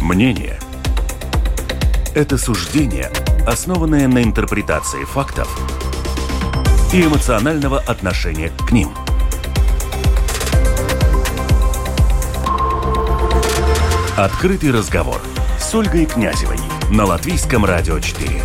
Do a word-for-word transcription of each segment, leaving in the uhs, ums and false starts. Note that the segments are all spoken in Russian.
Мнение – это суждение, основанное на интерпретации фактов и эмоционального отношения к ним. Открытый разговор с Ольгой Князевой на Латвийском радио четыре.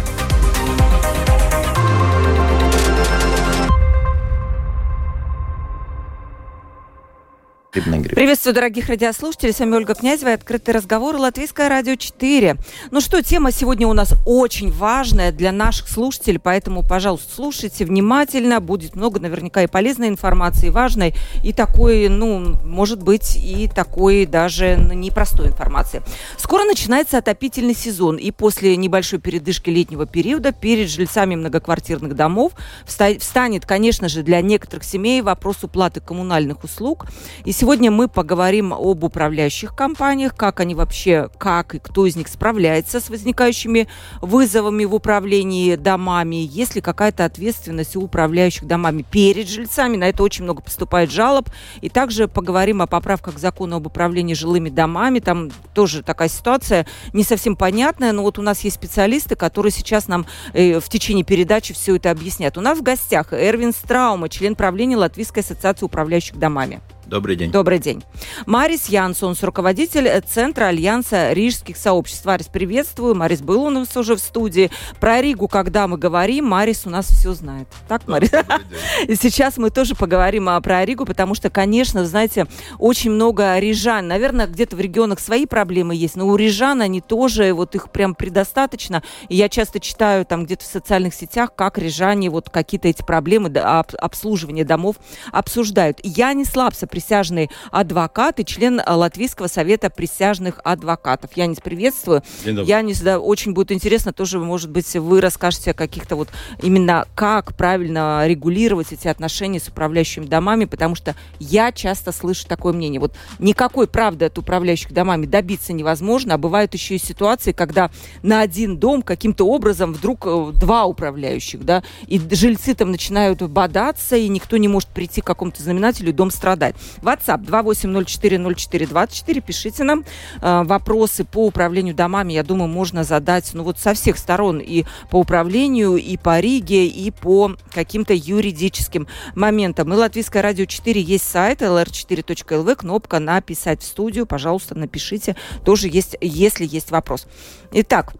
Приветствую, дорогих радиослушателей. С вами Ольга Князева. Открытый разговор. Латвийское радио четыре. Ну что, тема сегодня у нас очень важная для наших слушателей, поэтому, пожалуйста, слушайте внимательно. Будет много наверняка и полезной информации, и важной, и такой, ну, может быть, и такой даже непростой информации. Скоро начинается отопительный сезон, и после небольшой передышки летнего периода перед жильцами многоквартирных домов встанет, конечно же, для некоторых семей вопрос уплаты коммунальных услуг. И сегодня мы поговорим об управляющих компаниях, как они вообще, как и кто из них справляется с возникающими вызовами в управлении домами, есть ли какая-то ответственность у управляющих домами перед жильцами. На это очень много поступает жалоб. И также поговорим о поправках к закону об управлении жилыми домами. Там тоже такая ситуация не совсем понятная, но вот у нас есть специалисты, которые сейчас нам э, в течение передачи все это объяснят. У нас в гостях Эрвин Страума, член правления Латвийской ассоциации управляющих домами. Добрый день. Добрый день. Марис Янсонс, руководитель Центра Альянса рижских сообществ. Марис, приветствую. Марис был у нас уже в студии. Про Ригу, когда мы говорим, Марис у нас все знает. Так, да, Марис? И сейчас мы тоже поговорим а, про Ригу, потому что, конечно, знаете, очень много рижан. Наверное, где-то в регионах свои проблемы есть, но у рижан они тоже, вот их прям предостаточно. И я часто читаю там где-то в социальных сетях, как рижане вот какие-то эти проблемы да, об, обслуживания домов обсуждают. Я не слабся, присяжный адвокат и член Латвийского совета присяжных адвокатов. Янис, приветствую. Янис, да, очень будет интересно, тоже, может быть, вы расскажете о каких-то вот именно как правильно регулировать эти отношения с управляющими домами, потому что я часто слышу такое мнение. Вот никакой правды от управляющих домами добиться невозможно, а бывают еще и ситуации, когда на один дом каким-то образом вдруг два управляющих, да, и жильцы там начинают бодаться, и никто не может прийти к какому-то знаменателю, и дом страдает. WhatsApp два восемь ноль четыре ноль четыре двадцать четыре. Пишите нам э, вопросы по управлению домами. Я думаю, можно задать ну, вот со всех сторон. И по управлению, и по Риге, и по каким-то юридическим моментам. И Латвийское радио четыре есть сайт эл эр четыре точка эл ви. Кнопка «Написать в студию». Пожалуйста, напишите. Тоже есть, если есть вопрос. Итак,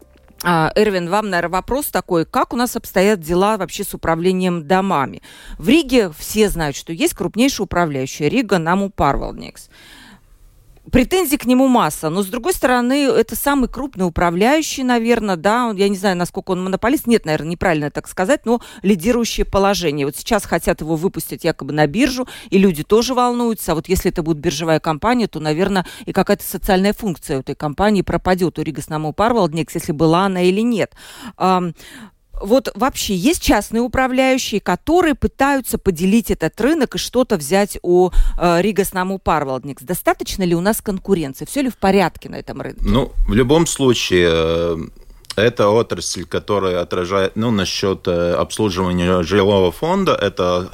Эрвин, вам, наверное, вопрос такой, как у нас обстоят дела вообще с управлением домами? В Риге все знают, что есть крупнейший управляющий Рига Наму Парвалдникс. Претензий к нему масса, но, с другой стороны, это самый крупный управляющий, наверное, да, я не знаю, насколько он монополист, нет, наверное, неправильно так сказать, но лидирующее положение. Вот сейчас хотят его выпустить якобы на биржу, и люди тоже волнуются, а вот если это будет биржевая компания, то, наверное, и какая-то социальная функция у этой компании пропадет, у Ригас Наму Парвалдникс, если была она или нет. Вот вообще есть частные управляющие, которые пытаются поделить этот рынок и что-то взять у э, Ригас Наму Парвалдникс. Достаточно ли у нас конкуренции? Все ли в порядке на этом рынке? Ну, в любом случае, это отрасль, которая отражает, ну, насчет обслуживания жилого фонда, это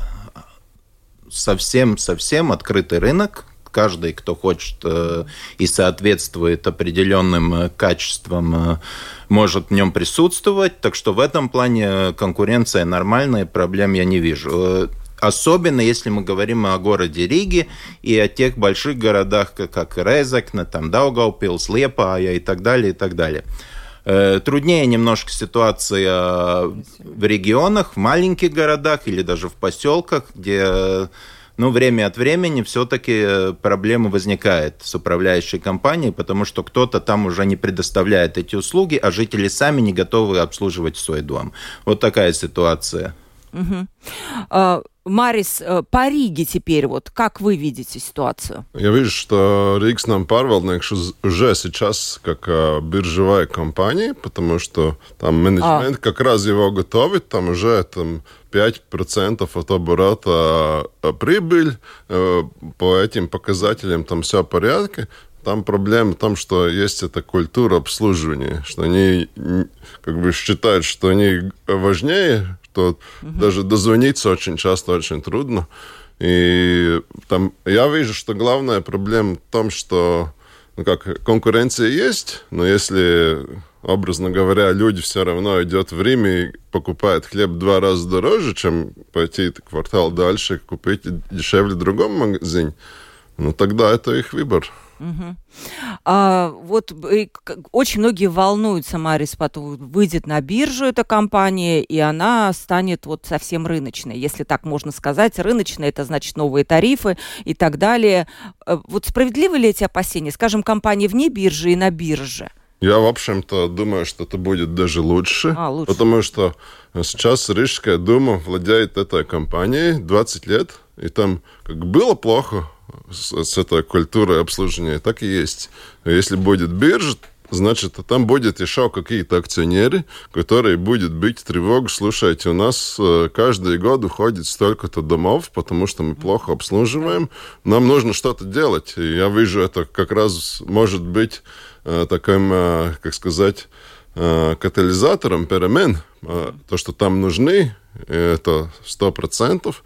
совсем-совсем открытый рынок. Каждый, кто хочет э, и соответствует определенным качествам, э, может в нем присутствовать. Так что в этом плане конкуренция нормальная, проблем я не вижу. Особенно если мы говорим о городе Риге и о тех больших городах, как, как Резекне, там, Даугавпилс, Лиепāja и так далее, и так далее. Э, труднее немножко ситуация в регионах, в маленьких городах или даже в поселках, где... Но время от времени все-таки проблемы возникают с управляющей компанией, потому что кто-то там уже не предоставляет эти услуги, а жители сами не готовы обслуживать свой дом. Вот такая ситуация. Угу. А, Марис, по Риге теперь, вот как вы видите ситуацию? Я вижу, что Ригас Наму Парвалдникс уже сейчас как биржевая компания, потому что там менеджмент а. как раз его готовит, там уже там, пять процентов от оборота прибыль, по этим показателям там все в порядке. Там проблема в том, что есть эта культура обслуживания, что они как бы считают, что они важнее, что угу. даже дозвониться очень часто очень трудно. И там я вижу, что главная проблема в том, что ну как, конкуренция есть, но если, образно говоря, люди все равно идут в Рим и покупают хлеб в два раза дороже, чем пойти квартал дальше и купить дешевле в другом магазине, ну тогда это их выбор. Угу. А, вот и, очень многие волнуются, Марис, потом выйдет на биржу эта компания, и она станет вот совсем рыночной, если так можно сказать. Рыночная — это значит новые тарифы и так далее. Вот справедливы ли эти опасения? Скажем, компании вне биржи и на бирже? Я, в общем-то, думаю, что это будет даже лучше, а, лучше. Потому что сейчас Рижская дума владеет этой компанией двадцать лет, и там как было плохо с, с этой культурой обслуживания, так и есть. Если будет биржа, значит, там будет еще какие-то акционеры, которые будут бить тревогу. Слушайте, у нас каждый год уходит столько-то домов, потому что мы плохо обслуживаем. Нам нужно что-то делать. И я вижу, это как раз может быть таким, как сказать, катализатором перемен. То, что там нужны, это сто процентов.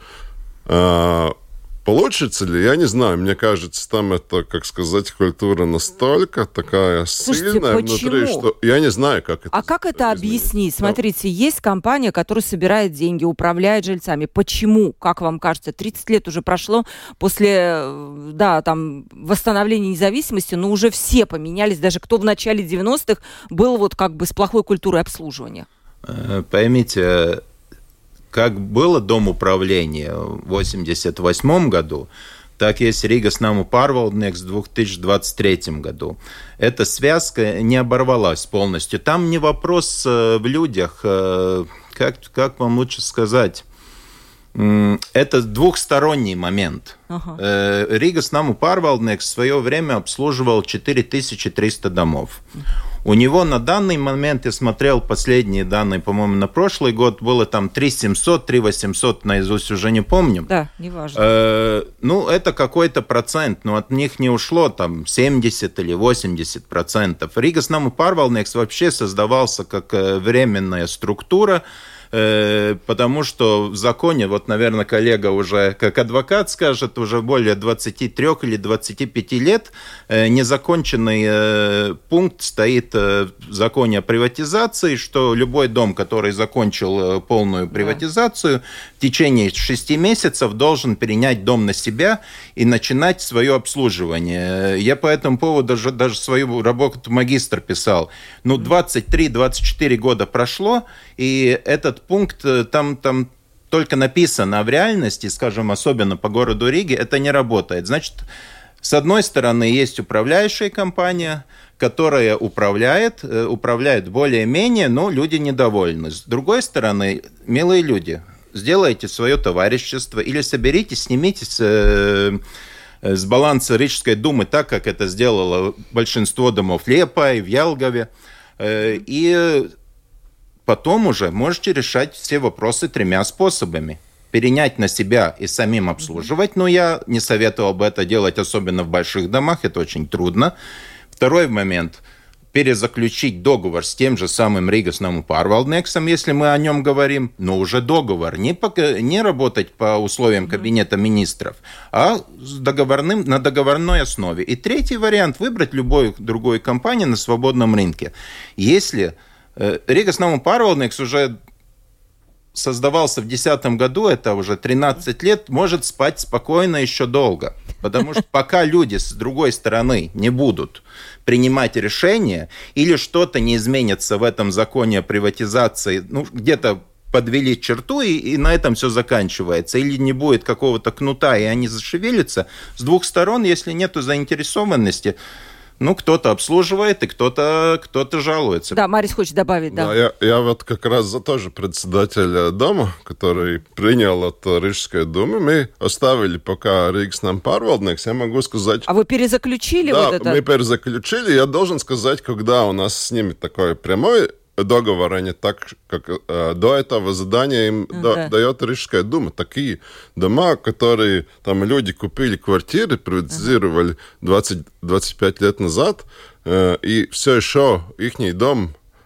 Получится ли? Я не знаю. Мне кажется, там это, как сказать, культура настолько такая Слушайте, сильная почему? внутри, что я не знаю, как это. А как это изменить. объяснить? Смотрите, есть компания, которая собирает деньги, управляет жильцами. Почему, как вам кажется, тридцать лет уже прошло после, да, там, восстановления независимости, но уже все поменялись, даже кто в начале девяностых был вот как бы с плохой культурой обслуживания? Поймите, как было дом управления в восемьдесят восьмом году, так есть Рīgas namu pārvaldnieks в две тысячи двадцать третьем году. Эта связка не оборвалась полностью. Там не вопрос в людях, как, как вам лучше сказать, это двухсторонний момент. Ага. Rīgas namu pārvaldnieks в свое время обслуживал четыре тысячи триста домов. У него на данный момент, я смотрел последние данные, по-моему, на прошлый год, было там три тысячи семьсот, три тысячи восемьсот, наизусть уже не помню. Да, неважно. Э, ну, это какой-то процент, но от них не ушло там семьдесят или восемьдесят процентов. Rīgas namu pārvaldnieks вообще создавался как временная структура, потому что в законе, вот, наверное, коллега уже как адвокат скажет, уже более двадцати трёх или двадцати пяти лет незаконченный пункт стоит в законе о приватизации, что любой дом, который закончил полную приватизацию, да, в течение шести месяцев должен перенять дом на себя и начинать свое обслуживание. Я по этому поводу даже, даже свою работу магистр писал. Ну, двадцать три - двадцать четыре года прошло, и этот пункт там, там только написано, а в реальности, скажем, особенно по городу Риге, это не работает. Значит, с одной стороны, есть управляющая компания, которая управляет, управляет более-менее, но люди недовольны. С другой стороны, милые люди, сделайте свое товарищество или соберитесь, снимитесь с, с баланса Рижской думы, так, как это сделало большинство домов в Лиепае, в Ялгове, и потом уже можете решать все вопросы тремя способами. Перенять на себя и самим обслуживать, но я не советовал бы это делать, особенно в больших домах, это очень трудно. Второй момент – перезаключить договор с тем же самым Rīgas namu pārvaldnieksam, если мы о нем говорим, но уже договор, не, по, не работать по условиям Кабинета министров, а с договорным, на договорной основе. И третий вариант – выбрать любую другую компанию на свободном рынке. Если Rīgas namu pārvaldnieks уже создавался в две тысячи десятом году, это уже тринадцать лет, может спать спокойно еще долго. Потому что пока люди с другой стороны не будут принимать решения или что-то не изменится в этом законе о приватизации, ну, где-то подвели черту, и, и на этом все заканчивается. Или не будет какого-то кнута, и они зашевелятся. С двух сторон, если нет заинтересованности, ну, кто-то обслуживает, и кто-то, кто-то жалуется. Да, Марис хочет добавить, да. Да, я, я вот как раз за тоже председателя дома, который принял от Рижской думы. Мы оставили пока Rīgas namu pārvaldnieks, я могу сказать... А вы перезаключили да, вот это? Да, мы перезаключили. Я должен сказать, когда у нас с ними такой прямой договор, а не так, как э, до этого задание им да. дает Рижская дума. Такие дома, которые там люди купили квартиры, приватизировали двадцать - двадцать пять лет назад, э, и все еще их дом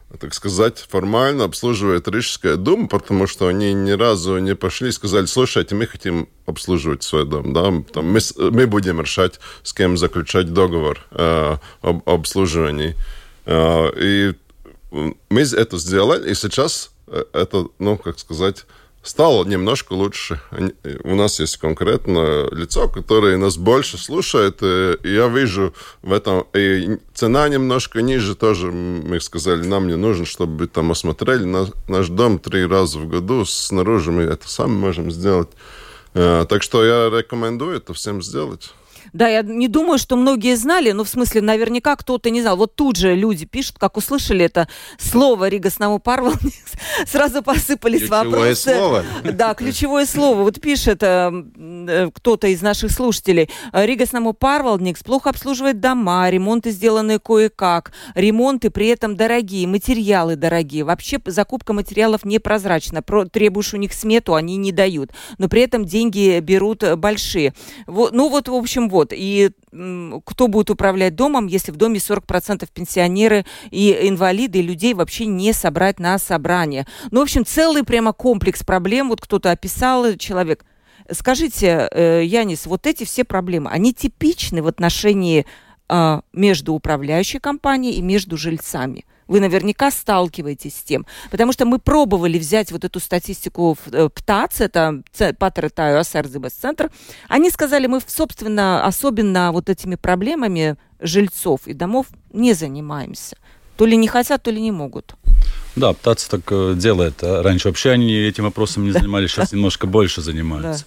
так сказать, формально обслуживает Рижская дума, потому что они ни разу не пошли и сказали, слушайте, мы хотим обслуживать свой дом, да, там, мы, мы будем решать, с кем заключать договор э, об обслуживании. Э, и мы это сделали, и сейчас это, ну, как сказать, стало немножко лучше. У нас есть конкретно лицо, которое нас больше слушает, и я вижу в этом... И цена немножко ниже тоже, мы сказали, нам не нужно, чтобы там осмотрели наш дом три раза в году снаружи, мы это сами можем сделать. Так что я рекомендую это всем сделать. Да, я не думаю, что многие знали, но в смысле, наверняка кто-то не знал. Вот тут же люди пишут, как услышали это слово «Ригас наму парвалдникс», сразу посыпались ключевое вопросы. Ключевое слово. Да, ключевое слово. Вот пишет э, кто-то из наших слушателей. «Ригас наму парвалдникс плохо обслуживает дома, ремонты сделаны кое-как, ремонты при этом дорогие, материалы дорогие. Вообще закупка материалов непрозрачна. Про, требуешь у них смету, они не дают. Но при этом деньги берут большие». Вот, ну вот, в общем, вот. И м, кто будет управлять домом, если в доме сорок процентов пенсионеры и инвалиды, и людей вообще не собрать на собрание. Ну, в общем, целый прямо комплекс проблем. Вот кто-то описал, человек. Скажите, э, Янис, вот эти все проблемы, они типичны в отношении э, между управляющей компанией и между жильцами? Вы наверняка сталкиваетесь с тем. Потому что мы пробовали взять вот эту статистику в ПТАЦ, это Патретаю Асерзибес-центр. Они сказали, мы, собственно, особенно вот этими проблемами жильцов и домов не занимаемся. То ли не хотят, то ли не могут. Да, ПТАЦ так делает. Раньше вообще они этим вопросом не занимались, сейчас немножко больше занимаются.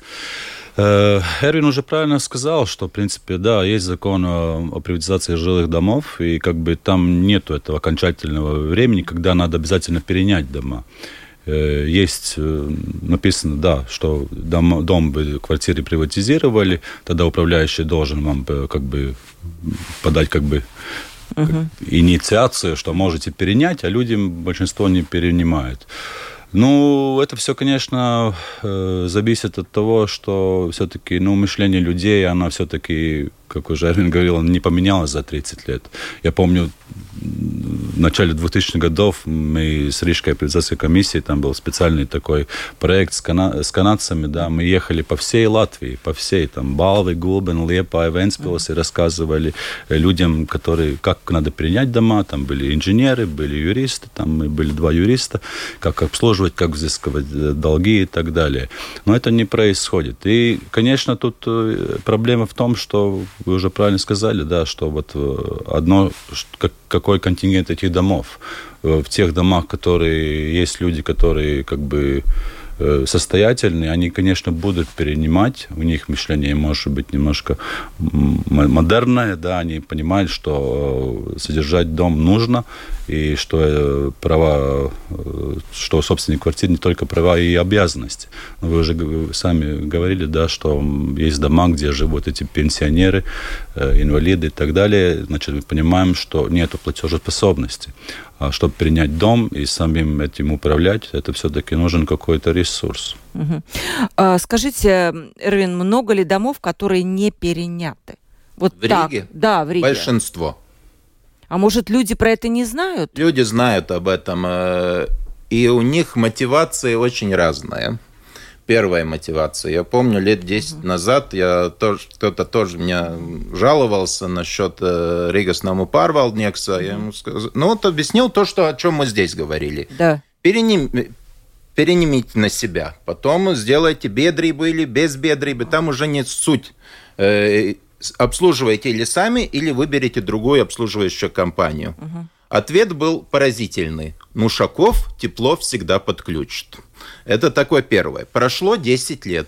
Эрвин уже правильно сказал, что, в принципе, да, есть закон о, о приватизации жилых домов, и как бы там нету этого окончательного времени, когда надо обязательно перенять дома. Есть написано, да, что дом, дом бы, квартиры приватизировали, тогда управляющий должен вам как бы подать как бы uh-huh. инициацию, что можете перенять, а люди, большинство не перенимают. Ну, это все, конечно, зависит от того, что все-таки, ну, мышление людей, оно все-таки, как уже Эрвин говорил, не поменялось за тридцать лет. Я помню, в начале двухтысячных годов мы с Рижской приватизационной комиссией, там был специальный такой проект с, кана- с канадцами, да, мы ехали по всей Латвии, по всей, там, Балви, Гулбен, Лиепай, Вентспилс, и рассказывали людям, которые, как надо принять дома, там были инженеры, были юристы, там мы были два юриста, как обслуживать, как взыскивать долги и так далее. Но это не происходит. И, конечно, тут проблема в том, что вы уже правильно сказали, да, что вот одно, как, какой контингент этих домов. В тех домах, которые есть люди, которые как бы состоятельные, они, конечно, будут перенимать. У них мышление может быть немножко модерное, да, они понимают, что содержать дом нужно, и что права, что собственник квартиры не только права и обязанности. Но вы уже сами говорили, да, что есть дома, где живут эти пенсионеры, инвалиды и так далее. Значит, мы понимаем, что нет платежеспособности. А чтобы принять дом и самим этим управлять, это все-таки нужен какой-то ресурс. Угу. А, скажите, Эрвин, много ли домов, которые не переняты? Вот в так. Риге? Да, в Риге. Большинство. А может, люди про это не знают? Люди знают об этом, и у них мотивация очень разная. Первая мотивация. Я помню, лет десять uh-huh. назад я тоже, кто-то тоже меня жаловался насчет э, Ригас наму парвалдникса. Uh-huh. Я ему сказал, ну вот объяснил то, что, о чем мы здесь говорили. Да. Переним, перенимите на себя. Потом сделайте бедрибы или без бедрибы. Там уже нет суть. Э, обслуживаете или сами, или выберите другую обслуживающую компанию. Uh-huh. Ответ был поразительный. Нушаков тепло всегда подключит. Это такое первое. Прошло десять лет.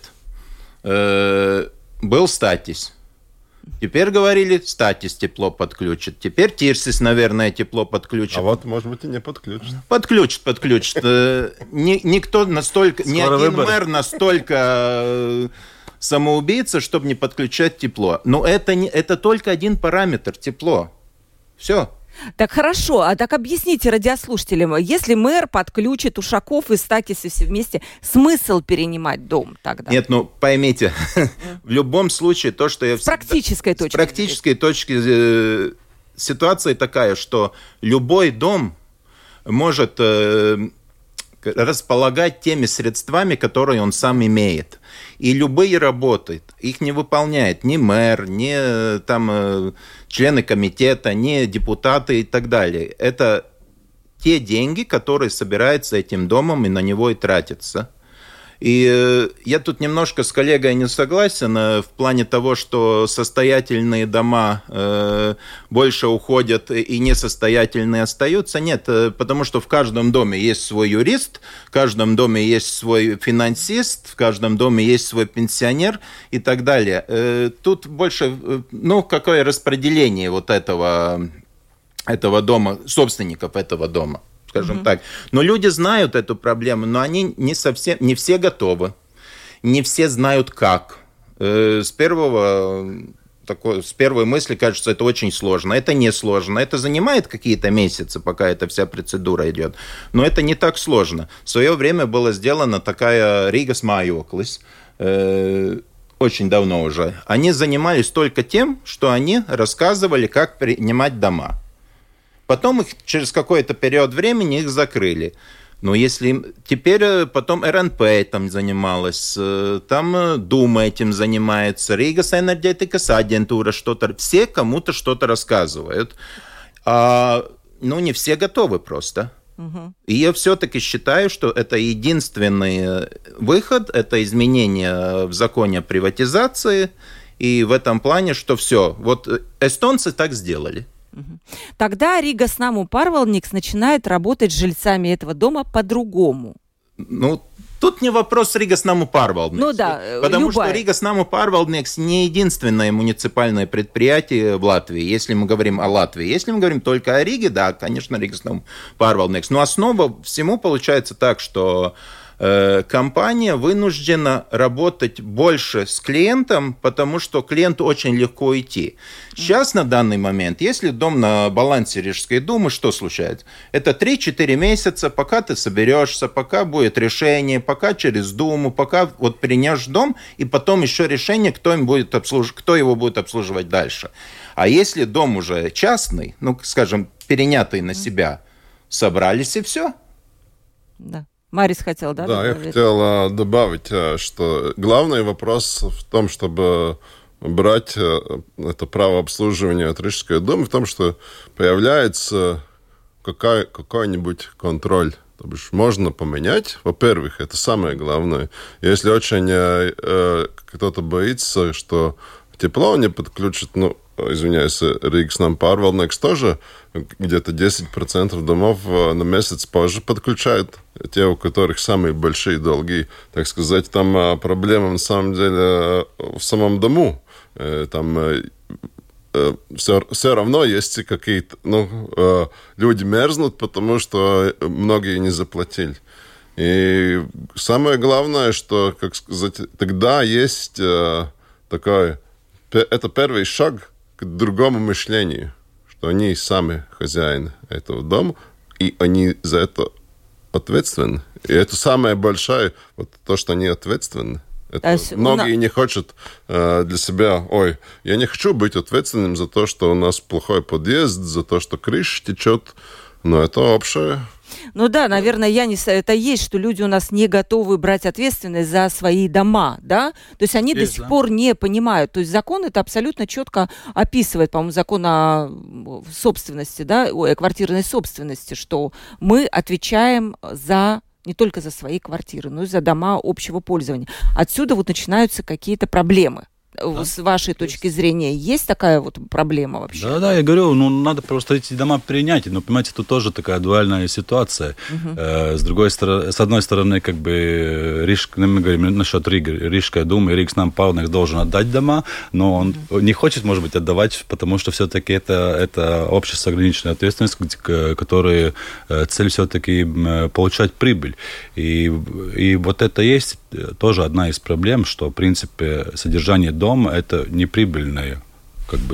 Э-э- был статис. Теперь говорили, статис тепло подключит. Теперь Тирсис, наверное, тепло подключит. А вот, может быть, и не подключит. Подключит, подключит. Никто настолько... Ни один мэр настолько самоубийца, чтобы не подключать тепло. Но это, не, это только один параметр – тепло. Все. Так хорошо, а так объясните радиослушателям, если мэр подключит Ушаков и Стакисы все вместе, смысл перенимать дом тогда? Нет, ну поймите, в любом случае то, что я... С практической точки. С практической точки ситуация такая, что любой дом может располагать теми средствами, которые он сам имеет. И любые работы, их не выполняет ни мэр, ни там, члены комитета, ни депутаты и так далее. Это те деньги, которые собираются этим домом и на него и тратятся. И я тут немножко с коллегой не согласен в плане того, что состоятельные дома э, больше уходят и несостоятельные остаются. Нет, потому что в каждом доме есть свой юрист, в каждом доме есть свой финансист, в каждом доме есть свой пенсионер и так далее. Э, тут больше, ну, какое распределение вот этого, этого дома, собственников этого дома. Скажем mm-hmm. так. Но люди знают эту проблему, но они не совсем, не все готовы, не все знают как. С первого, такой, с первой мысли кажется, это очень сложно. Это не сложно. Это занимает какие-то месяцы, пока эта вся процедура идет. Но это не так сложно. В свое время была сделана такая Рīgas mājoklis, очень давно уже. Они занимались только тем, что они рассказывали, как принимать дома. Потом их через какой-то период времени их закрыли. Но если теперь потом эр эн пэ там занималась, там Дума этим занимается, Рīgas enerģētikas aģentūra что-то, все кому-то что-то рассказывают. А, ну, не все готовы просто. Угу. И я все-таки считаю, что это единственный выход, это изменение в законе о приватизации, и в этом плане, что все, вот эстонцы так сделали. Тогда Рīgas namu pārvaldnieks начинает работать с жильцами этого дома по-другому. Ну, тут не вопрос Rīgas namu pārvaldnieks. Ну да, потому любая. что Rīgas namu pārvaldnieks не единственное муниципальное предприятие в Латвии, если мы говорим о Латвии. Если мы говорим только о Риге, да, конечно, Rīgas namu pārvaldnieks. Но основа всему получается так, что компания вынуждена работать больше с клиентом, потому что клиенту очень легко уйти. Сейчас, на данный момент, если дом на балансе Рижской думы, что случается? Это три-четыре месяца, пока ты соберешься, пока будет решение, пока через думу, пока вот принешь дом, и потом еще решение, кто, им будет обслуж... кто его будет обслуживать дальше. А если дом уже частный, ну, скажем, перенятый на себя, собрались и все. Да. Марис хотел, да? Да, добавить? Я хотел добавить, что главный вопрос в том, чтобы брать это право обслуживания от Рижской думы, в том, что появляется какой, какой-нибудь контроль. То бишь можно поменять. Во-первых, это самое главное. Если очень э, кто-то боится, что тепло не подключит, ну, извиняюсь, Rīgas namu pārvaldnieks тоже где-то десять процентов домов на месяц позже подключают, те, у которых самые большие долги. Так сказать, там проблема на самом деле в самом дому. Там все, все равно есть какие-то... Ну, люди мерзнут, потому что многие не заплатили. И самое главное, что, как сказать, тогда есть такой... Это первый шаг к другому мышлению, что они сами хозяин этого дома, и они за это ответственны. И это самое большое, вот то, что они ответственны. Это многие на... не хотят э, для себя, ой, я не хочу быть ответственным за то, что у нас плохой подъезд, за то, что крыша течет, но это общее. Ну да, наверное, я не... это есть, что люди у нас не готовы брать ответственность за свои дома, да? То есть они есть, до сих да. пор не понимают. То есть закон это абсолютно четко описывает, по-моему, закон о собственности, да, ой, о квартирной собственности, что мы отвечаем за не только за свои квартиры, но и за дома общего пользования. Отсюда вот начинаются какие-то проблемы. Да. С вашей точки зрения, есть такая вот проблема вообще? Да, да, я говорю, ну, надо просто эти дома принять. Но, понимаете, тут тоже такая дуальная ситуация. Uh-huh. Э, с другой стороны, с одной стороны, как бы, Риж, мы говорим насчет Риги, Рижская дума, и Rīgas namu pārvaldnieks должен отдать дома, но он uh-huh. не хочет, может быть, отдавать, потому что все-таки это, это общество с ограниченной ответственностью, которая цель все-таки получать прибыль. И, и вот это есть тоже одна из проблем, что, в принципе, содержание дома – это неприбыльное, как бы,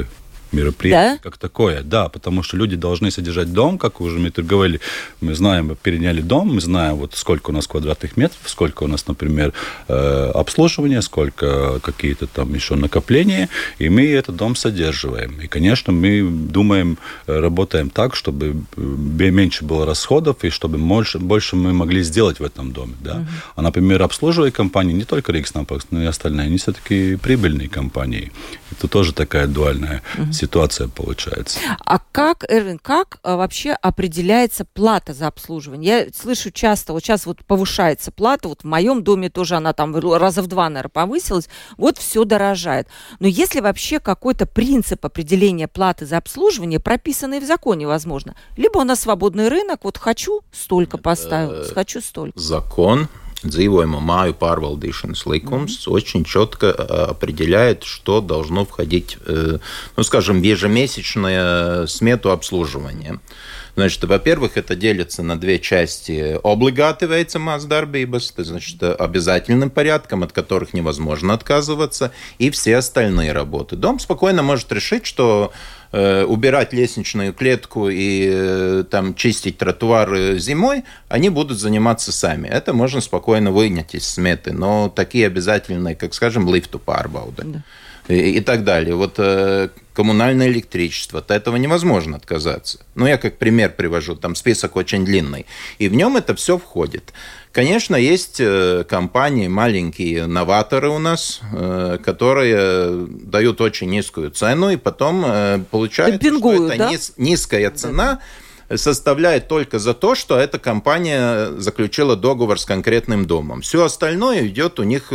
мероприятие да? как такое. Да, потому что люди должны содержать дом, как уже мы тут говорили. Мы знаем, мы переняли дом, мы знаем, вот сколько у нас квадратных метров, сколько у нас, например, обслуживания, сколько какие-то там еще накопления, и мы этот дом содерживаем. И, конечно, мы думаем, работаем так, чтобы меньше было расходов, и чтобы больше, больше мы могли сделать в этом доме. Да? Uh-huh. А, например, обслуживающие компании, не только Ригснампакс, но и остальные, они все-таки прибыльные компании. Это тоже такая дуальная uh-huh. ситуация получается. А как, Эрвин, как а, вообще определяется плата за обслуживание? Я слышу часто, вот сейчас вот повышается плата, вот в моем доме тоже она там раза в два, наверное, повысилась, вот все дорожает. Но есть ли вообще какой-то принцип определения платы за обслуживание, прописанный в законе, возможно? Либо у нас свободный рынок, вот хочу, столько поставил, хочу, столько. Закон dzīvojumu māju pārvaldīšanas likums mm-hmm. очень четко определяет, что должно входить, ну, скажем, в ежемесячную смету обслуживания. Значит, во-первых, это делится на две части. Obligāti veicamās darbības, это значит обязательным порядком, от которых невозможно отказываться, и все остальные работы. Дом спокойно может решить, что э, убирать лестничную клетку и э, там, чистить тротуары зимой, они будут заниматься сами. Это можно спокойно вынять из сметы, но такие обязательные, как, скажем, лифту pārbaude. Да. И, и так далее. Вот э, коммунальное электричество, от этого невозможно отказаться. Ну, я как пример привожу, там список очень длинный. И в нем это все входит. Конечно, есть э, компании, маленькие новаторы у нас, э, которые дают очень низкую цену, и потом э, получается, что эта да? низ, низкая цена да. составляет только за то, что эта компания заключила договор с конкретным домом. Все остальное идет у них...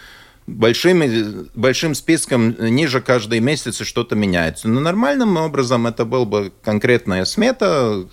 Большим, большим списком ниже каждый месяц и что-то меняется. Но нормальным образом это была бы конкретная смета,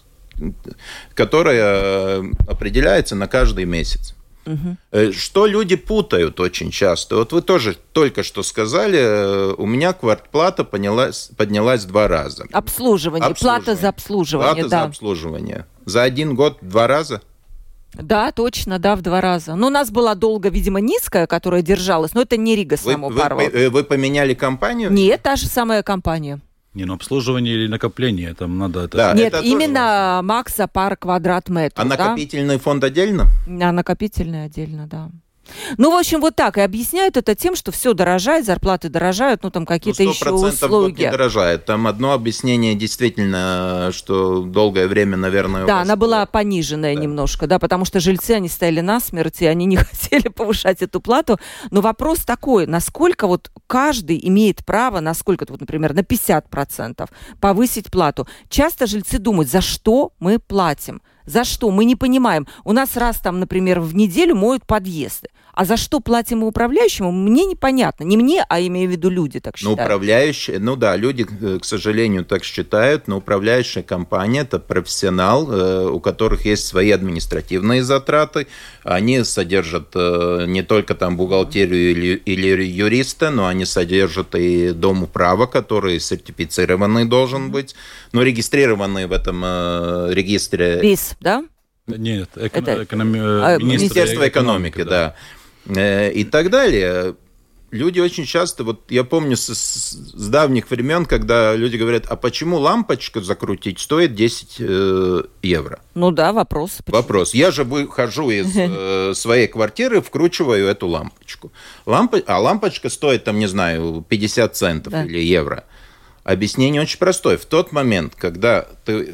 которая определяется на каждый месяц. Угу. Что люди путают очень часто. Вот вы тоже только что сказали, у меня квартплата поднялась, поднялась два раза. Обслуживание, обслуживание. Плата за обслуживание. Плата да. за обслуживание. За один год два раза? Да, точно, да, в два раза. Но у нас была долго, видимо, низкая, которая держалась, но это не Рига Самопарвал. Вы, вы, вы поменяли компанию? Нет, та же самая компания. Не, ну обслуживание или накопление, там надо... Это... Да, Нет, это именно тоже... Макс за пар квадрат метр. А да? накопительный фонд отдельно? А накопительный отдельно, да. Ну, в общем, вот так. И объясняют это тем, что все дорожает, зарплаты дорожают, ну, там какие-то ну, еще услуги. Не дорожает. Там одно объяснение действительно, что долгое время, наверное... Да, она была пониженная да. немножко, да, потому что жильцы, они стояли насмерть, и они не хотели повышать эту плату. Но вопрос такой, насколько вот каждый имеет право, насколько, вот, например, на пятьдесят процентов повысить плату. Часто жильцы думают, за что мы платим? За что? Мы не понимаем. У нас раз там, например, в неделю моют подъезды. А за что платим мы управляющему, мне непонятно. Не мне, а имею в виду люди так считают. Ну, управляющие, ну да, люди, к сожалению, так считают, но управляющая компания – это профессионал, у которых есть свои административные затраты. Они содержат не только там бухгалтерию или, или юриста, но они содержат и дом управа, который сертифицированный должен быть, но регистрированный в этом регистре. РИС, да? Нет, эко- это... экономи... а, Министерство экономики, экономики да. да. И так далее. Люди очень часто, вот я помню с, с давних времен, когда люди говорят, а почему лампочку закрутить стоит десять э, евро? Ну да, вопрос. Почему? Вопрос. Я же выхожу из э, своей квартиры, вкручиваю эту лампочку. Лампа... А лампочка стоит, там, не знаю, пятьдесят центов да. или евро. Объяснение очень простое. В тот момент, когда ты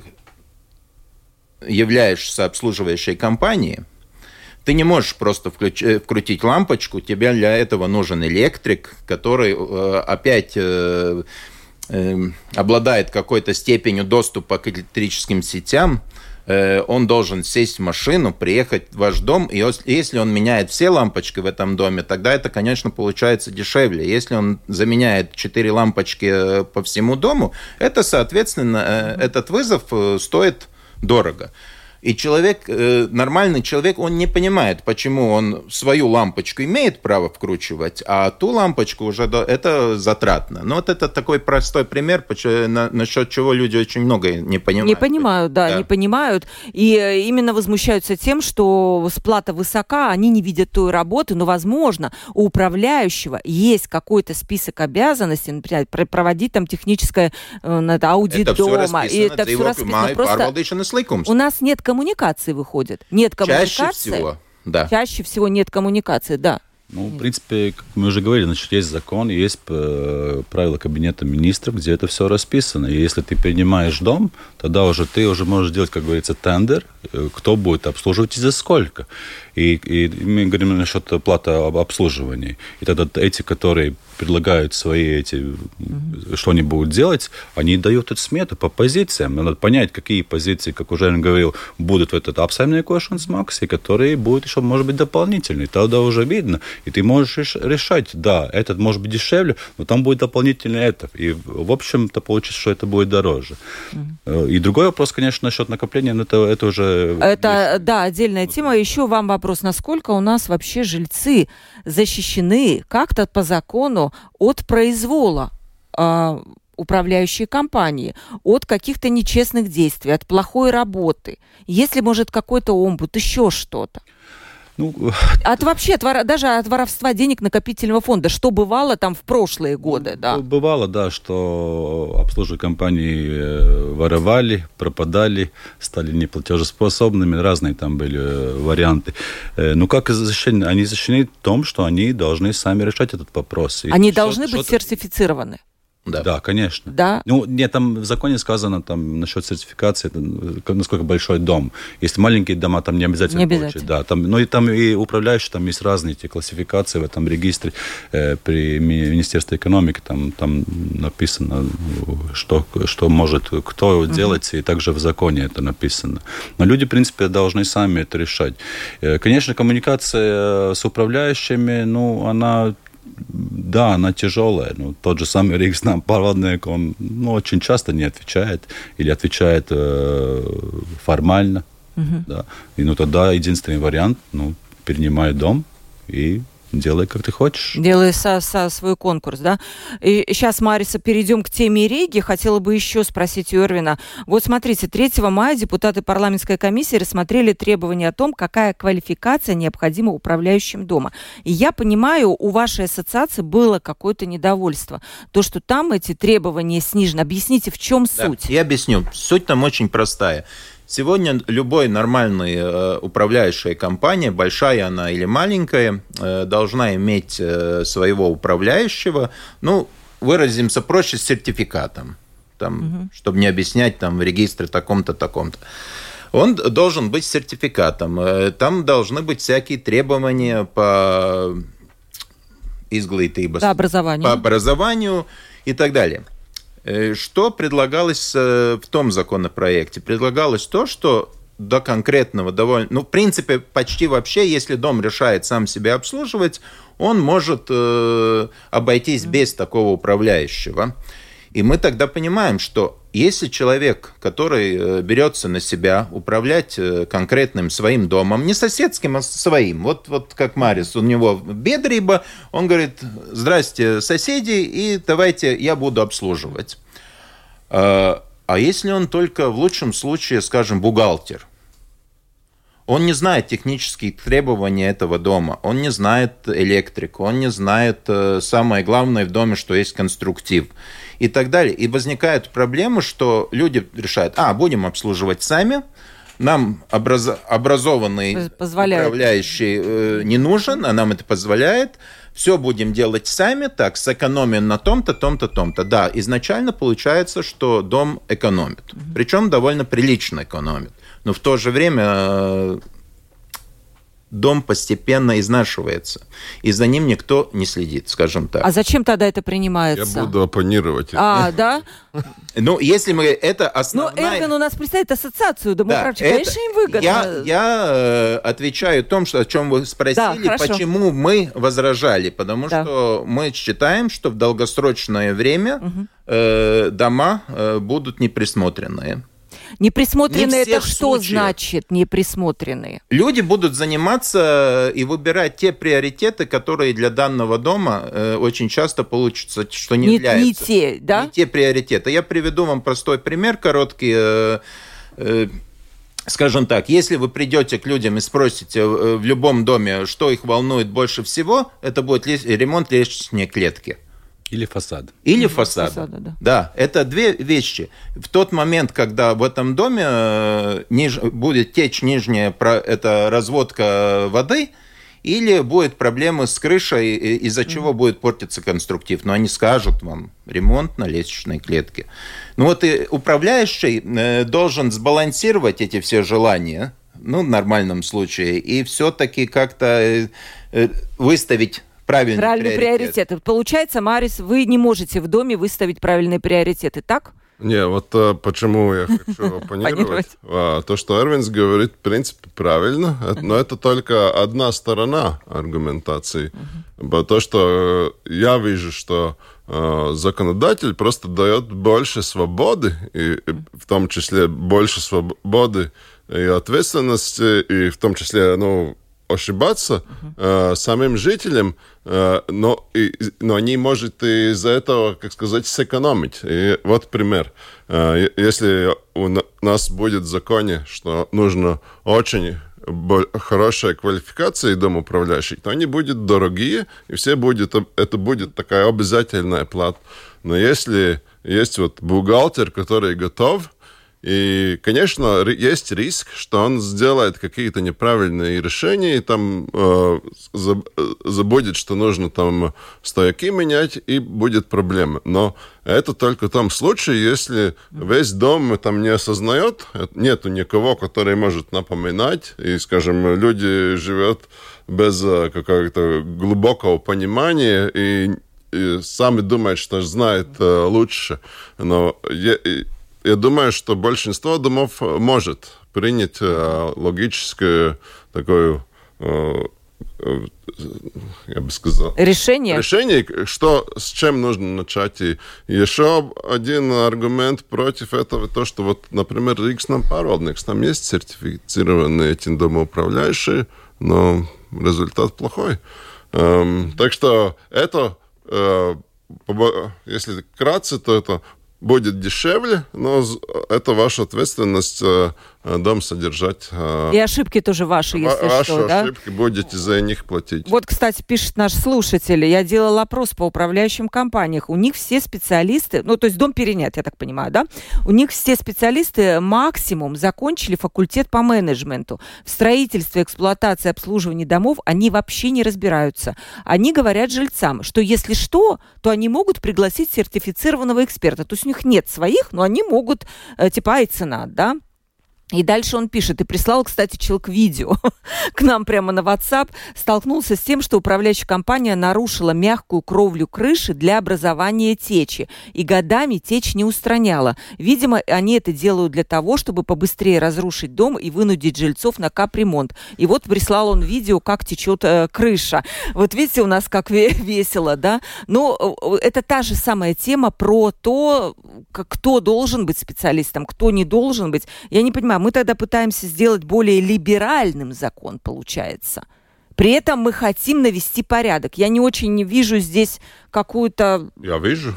являешься обслуживающей компанией, ты не можешь просто включ... вкрутить лампочку, тебе для этого нужен электрик, который э, опять э, э, обладает какой-то степенью доступа к электрическим сетям. Э, он должен сесть в машину, приехать в ваш дом, и если он меняет все лампочки в этом доме, тогда это, конечно, получается дешевле. Если он заменяет четыре лампочки по всему дому, это, соответственно, э, этот вызов стоит дорого. И человек, нормальный человек, он не понимает, почему он свою лампочку имеет право вкручивать, а ту лампочку уже это затратно. Но вот это такой простой пример, насчет чего люди очень много не понимают. Не понимают, да, да, не понимают. И именно возмущаются тем, что сплата высока, они не видят той работы, но, возможно, у управляющего есть какой-то список обязанностей, например, проводить там техническое аудит это дома. Все и это все расписано. Просто у нас нет коммуникации, выходит. Нет коммуникации. Чаще всего, да. Чаще всего нет коммуникации, да. Ну, в принципе, как мы уже говорили, значит, есть закон, есть правила кабинета министров, где это все расписано. И если ты принимаешь дом, тогда уже ты уже можешь делать, как говорится, тендер, кто будет обслуживать и за сколько. И, и мы говорим насчет платы об обслуживании. И тогда эти, которые предлагают свои эти, mm-hmm. что они будут делать, они дают эту смету по позициям. Надо понять, какие позиции, как уже я говорил, будут в этот apsaimniekošanas maksas, и которые будут еще, может быть, дополнительные. Тогда уже видно. И ты можешь решать, да, этот может быть дешевле, но там будет дополнительный это. И, в общем-то, получится, что это будет дороже. Mm-hmm. И другой вопрос, конечно, насчет накопления, но это, это уже... Это, да, отдельная тема. Еще вам вопрос, насколько у нас вообще жильцы защищены как-то по закону от произвола э, управляющей компании, от каких-то нечестных действий, от плохой работы. Если, может, какой-то омбуд, еще что-то. Ну, от вообще, от вор... даже от воровства денег накопительного фонда, что бывало там в прошлые годы, ну, да? Бывало, да, что обслуживающие компании воровали, пропадали, стали неплатежеспособными, разные там были варианты. Ну, как защищены? Они защищены в том, что они должны сами решать этот вопрос. И они что, должны быть сертифицированы. Да. да, конечно. Да? Ну, нет, там в законе сказано там, насчет сертификации, это, насколько большой дом. Если маленькие дома, там не обязательно, не обязательно. получить. Да, там, ну, и там и управляющие, там есть разные эти классификации в этом регистре э, при Министерстве экономики. Там, там написано, что, что может кто uh-huh. делать, и также в законе это написано. Но люди, в принципе, должны сами это решать. Э, конечно, коммуникация с управляющими, ну, она... Да, она тяжелая. Ну, тот же самый Риgas nama pārvaldnieks, он ну, очень часто не отвечает или отвечает э, формально. Uh-huh. Да. И ну, тогда единственный вариант, ну, перенимай дом и делай, как ты хочешь. Делай со, со свой конкурс, да? И сейчас, Мариса, перейдем к теме Риги. Хотела бы еще спросить у Эрвина. Вот смотрите, третьего мая депутаты парламентской комиссии рассмотрели требования о том, какая квалификация необходима управляющим дома. И я понимаю, у вашей ассоциации было какое-то недовольство. То, что там эти требования снижены. Объясните, в чем да, суть? Я объясню. Суть там очень простая. Сегодня любой нормальный э, управляющая компания, большая она или маленькая, э, должна иметь э, своего управляющего, ну, выразимся проще, с сертификатом, там, угу. чтобы не объяснять там, в регистре таком-то, таком-то. Он должен быть с сертификатом. Э, там должны быть всякие требования по изглитības, по образованию. по образованию и так далее. Что предлагалось в том законопроекте? Предлагалось то, что до конкретного довольно... Ну, в принципе, почти вообще, если дом решает сам себя обслуживать, он может э, обойтись без такого управляющего. И мы тогда понимаем, что если человек, который берется на себя управлять конкретным своим домом, не соседским, а своим, вот, вот как Марис, у него бедрība, он говорит: здрасте, соседи, и давайте я буду обслуживать. А если он только в лучшем случае, скажем, бухгалтер, он не знает технические требования этого дома, он не знает электрику, он не знает самое главное в доме, что есть конструктив и так далее. И возникает проблема, что люди решают: а, будем обслуживать сами, нам образ... образованный позволяет. Управляющий э, не нужен, а нам это позволяет, все будем делать сами, так, сэкономим на том-то, том-то, том-то. Да, изначально получается, что дом экономит, mm-hmm. причем довольно прилично экономит. Но в то же время дом постепенно изнашивается, и за ним никто не следит, скажем так. А зачем тогда это принимается? Я буду оппонировать. А, да? Ну, если мы... Это основная... Ну, Эрвин у нас представляет ассоциацию домоуправчих. Да, конечно, им выгодно. Я, я э, отвечаю о том, что, о чем вы спросили, да, почему мы возражали. Потому да. что мы считаем, что в долгосрочное время угу. э, дома э, будут неприсмотренные. Неприсмотренные это что случаях. Значит неприсмотренные? Люди будут заниматься и выбирать те приоритеты, которые для данного дома э, очень часто получится, что не, не являются. Не те, да? Не те приоритеты. Я приведу вам простой пример, короткий. Э, э, Скажем так, если вы придете к людям и спросите в любом доме, что их волнует больше всего, это будет ремонт лестничной клетки. Или фасад. Или mm-hmm. фасад. Фасада, да. Да, это две вещи. В тот момент, когда в этом доме э, ниж... будет течь нижняя это разводка воды, или будет проблемы с крышей, из-за mm-hmm. чего будет портиться конструктив. Но они скажут вам ремонт на лестничной клетке. Ну вот и управляющий э, должен сбалансировать эти все желания, ну, в нормальном случае, и все-таки как-то э, э, выставить правильный, правильный приоритет. приоритет. Получается, Марис, вы не можете в доме выставить правильные приоритеты, так? Не, вот а, почему я хочу оппонировать. а, то, что Эрвинс говорит, в принципе, правильно, uh-huh. но это только одна сторона аргументации. Uh-huh. То, что я вижу, что а, законодатель просто дает больше свободы, и, и в том числе больше свободы и ответственности, и в том числе, ну, ошибаться uh-huh. э, самим жителям, э, но, и, но они могут из-за этого, как сказать, сэкономить. И вот пример. Э, если у нас будет в законе, что нужно очень хорошая квалификация домоуправляющих, то они будут дорогие, и все будет, это будет такая обязательная плата. Но если есть вот бухгалтер, который готов, и, конечно, есть риск, что он сделает какие-то неправильные решения и там э, забудет, что нужно там стояки менять, и будет проблема. Но это только в том случае, если весь дом там не осознает, нету никого, который может напоминать, и, скажем, люди живут без какого-то глубокого понимания и, и сами думают, что знают э, лучше. Но я, Я думаю, что большинство домов может принять э, логическое такое, э, э, я бы сказал... Решение? Решение, что, с чем нужно начать. И еще один аргумент против этого, то, что, вот, например, Рīgas nama pārvaldnieks, там есть сертифицированные эти домоуправляющие, но результат плохой. Эм, так что это, э, если вкратце, то это будет дешевле, но это ваша ответственность дом содержать. И ошибки тоже ваши, если Ваши что, да? ошибки будете за них платить. Вот, кстати, пишет наш слушатель, я делала опрос по управляющим компаниям, у них все специалисты, ну, то есть дом перенят, я так понимаю, да? У них все специалисты максимум закончили факультет по менеджменту. В строительстве, эксплуатации, обслуживании домов они вообще не разбираются. Они говорят жильцам, что если что, то они могут пригласить сертифицированного эксперта. То есть у них нет своих, но они могут, типа, ай цена, да? И дальше он пишет, и прислал, кстати, человек видео к нам прямо на WhatsApp, столкнулся с тем, что управляющая компания нарушила мягкую кровлю крыши для образования течи, и годами течь не устраняла. Видимо, они это делают для того, чтобы побыстрее разрушить дом и вынудить жильцов на капремонт. И вот прислал он видео, как течет э, крыша. Вот видите, у нас как весело, да? Но это та же самая тема про то, кто должен быть специалистом, кто не должен быть. Я не понимаю, мы тогда пытаемся сделать более либеральным закон, получается. При этом мы хотим навести порядок. Я не очень вижу здесь какую-то... Я вижу.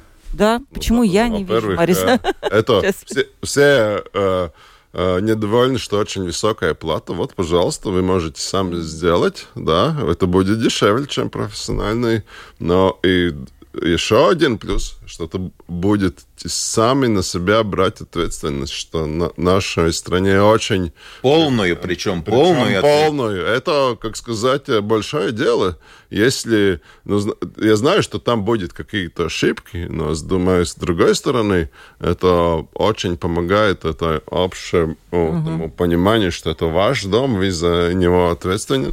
Да? Почему ну, я не вижу, Мариса? Это все, все э, э, недовольны, что очень высокая плата. Вот, пожалуйста, вы можете сами сделать. Да, это будет дешевле, чем профессиональный. Но и еще один плюс, что это будет сами на себя брать ответственность, что на нашей стране очень... Полную, причем, причем полную. Полную. Это, как сказать, большое дело. Если... Ну, я знаю, что там будут какие-то ошибки, но, думаю, с другой стороны, это очень помогает это общему угу. пониманию, что это ваш дом, вы за него ответственны.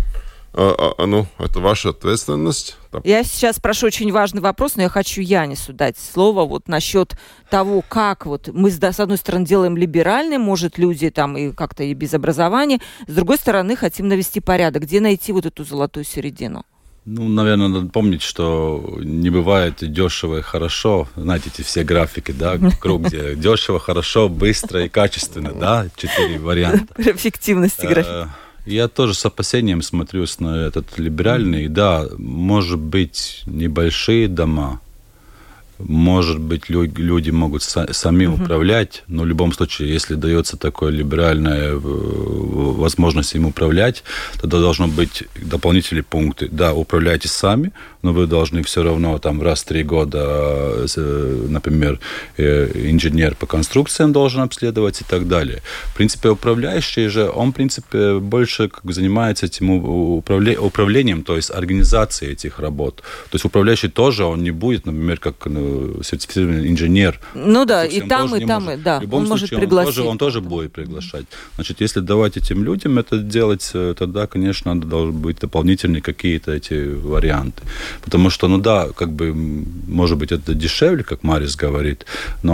А, а, ну, это ваша ответственность. Я сейчас прошу очень важный вопрос, но я хочу Янису дать слово вот насчет того, как вот мы, с одной стороны, делаем либеральным, может, люди там и как-то и без образования, с другой стороны, хотим навести порядок. Где найти вот эту золотую середину? Ну, наверное, надо помнить, что не бывает дешево и хорошо. Знаете, эти все графики, да, круг, где дешево, хорошо, быстро и качественно, да, четыре варианта. Эффективности графика. Я тоже с опасением смотрюсь на этот либеральный. Да, может быть, небольшие дома, может быть, люди могут сами uh-huh. управлять, но в любом случае, если дается такая либеральная возможность им управлять, тогда должны быть дополнительные пункты. Да, управляйте сами, но вы должны все равно там раз в три года, например, инженер по конструкциям должен обследовать и так далее. В принципе, управляющий же, он, в принципе, больше как занимается этим управля... управлением, то есть организацией этих работ. То есть управляющий тоже, он не будет, например, как сертифицированный инженер. Ну да, и там, и там, может. и да. В любом он случае, может пригласить. Он тоже, он тоже будет приглашать. Значит, если давать этим людям это делать, тогда, конечно, должны быть дополнительные какие-то эти варианты. Потому что, ну да, как бы, может быть, это дешевле, как Марис говорит,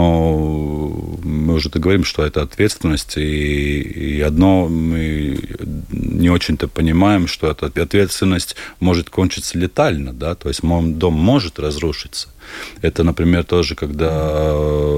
но мы уже говорим, что это ответственность, и, и одно мы не очень-то понимаем, что эта ответственность может кончиться летально, да, то есть дом может разрушиться. Это, например, тоже, когда